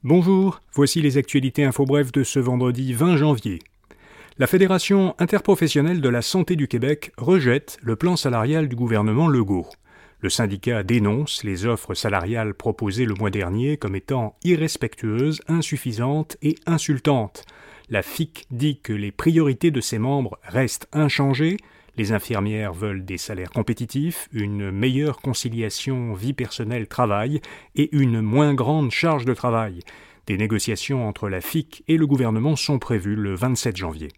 Bonjour, voici les actualités InfoBref de ce vendredi 20 janvier. La Fédération interprofessionnelle de la santé du Québec rejette le plan salarial du gouvernement Legault. Le syndicat dénonce les offres salariales proposées le mois dernier comme étant irrespectueuses, insuffisantes et insultantes. La FIC dit que les priorités de ses membres restent inchangées. Les infirmières veulent des salaires compétitifs, une meilleure conciliation vie personnelle-travail et une moins grande charge de travail. Des négociations entre la FIC et le gouvernement sont prévues le 27 janvier.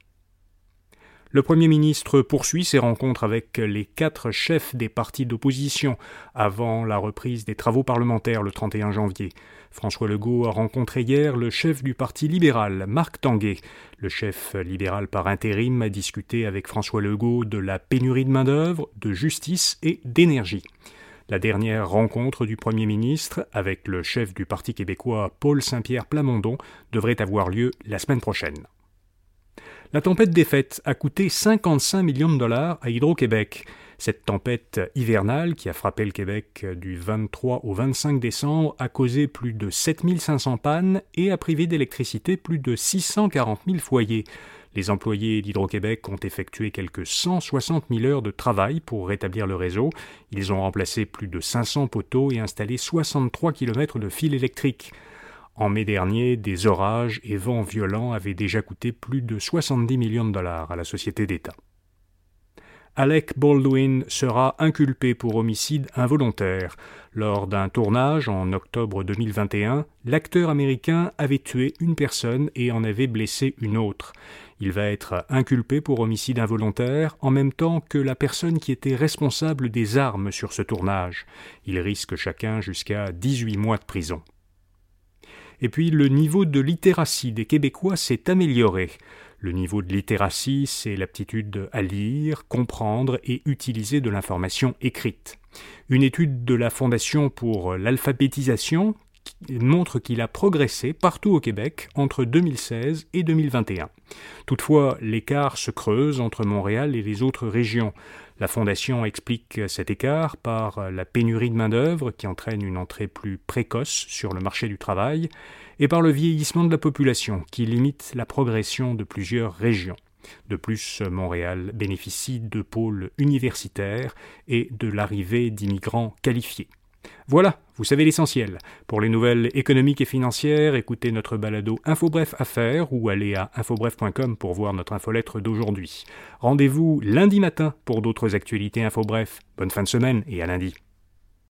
Le Premier ministre poursuit ses rencontres avec les 4 chefs des partis d'opposition avant la reprise des travaux parlementaires le 31 janvier. François Legault a rencontré hier le chef du Parti libéral, Marc Tanguay. Le chef libéral par intérim a discuté avec François Legault de la pénurie de main-d'œuvre, de justice et d'énergie. La dernière rencontre du Premier ministre avec le chef du Parti québécois, Paul Saint-Pierre Plamondon, devrait avoir lieu la semaine prochaine. La tempête des fêtes a coûté 55 millions de dollars à Hydro-Québec. Cette tempête hivernale qui a frappé le Québec du 23 au 25 décembre a causé plus de 7500 pannes et a privé d'électricité plus de 640 000 foyers. Les employés d'Hydro-Québec ont effectué quelques 160 000 heures de travail pour rétablir le réseau. Ils ont remplacé plus de 500 poteaux et installé 63 km de fils électriques. En mai dernier, des orages et vents violents avaient déjà coûté plus de 70 millions de dollars à la société d'État. Alec Baldwin sera inculpé pour homicide involontaire. Lors d'un tournage en octobre 2021, l'acteur américain avait tué une personne et en avait blessé une autre. Il va être inculpé pour homicide involontaire en même temps que la personne qui était responsable des armes sur ce tournage. Ils risquent chacun jusqu'à 18 mois de prison. Et puis, le niveau de littératie des Québécois s'est amélioré. Le niveau de littératie, c'est l'aptitude à lire, comprendre et utiliser de l'information écrite. Une étude de la Fondation pour l'alphabétisation montre qu'il a progressé partout au Québec entre 2016 et 2021. Toutefois, l'écart se creuse entre Montréal et les autres régions. La Fondation explique cet écart par la pénurie de main-d'œuvre qui entraîne une entrée plus précoce sur le marché du travail et par le vieillissement de la population qui limite la progression de plusieurs régions. De plus, Montréal bénéficie de pôles universitaires et de l'arrivée d'immigrants qualifiés. Voilà, vous savez l'essentiel. Pour les nouvelles économiques et financières, écoutez notre balado InfoBref Affaires ou allez à infobref.com pour voir notre infolettre d'aujourd'hui. Rendez-vous lundi matin pour d'autres actualités InfoBref. Bonne fin de semaine et à lundi.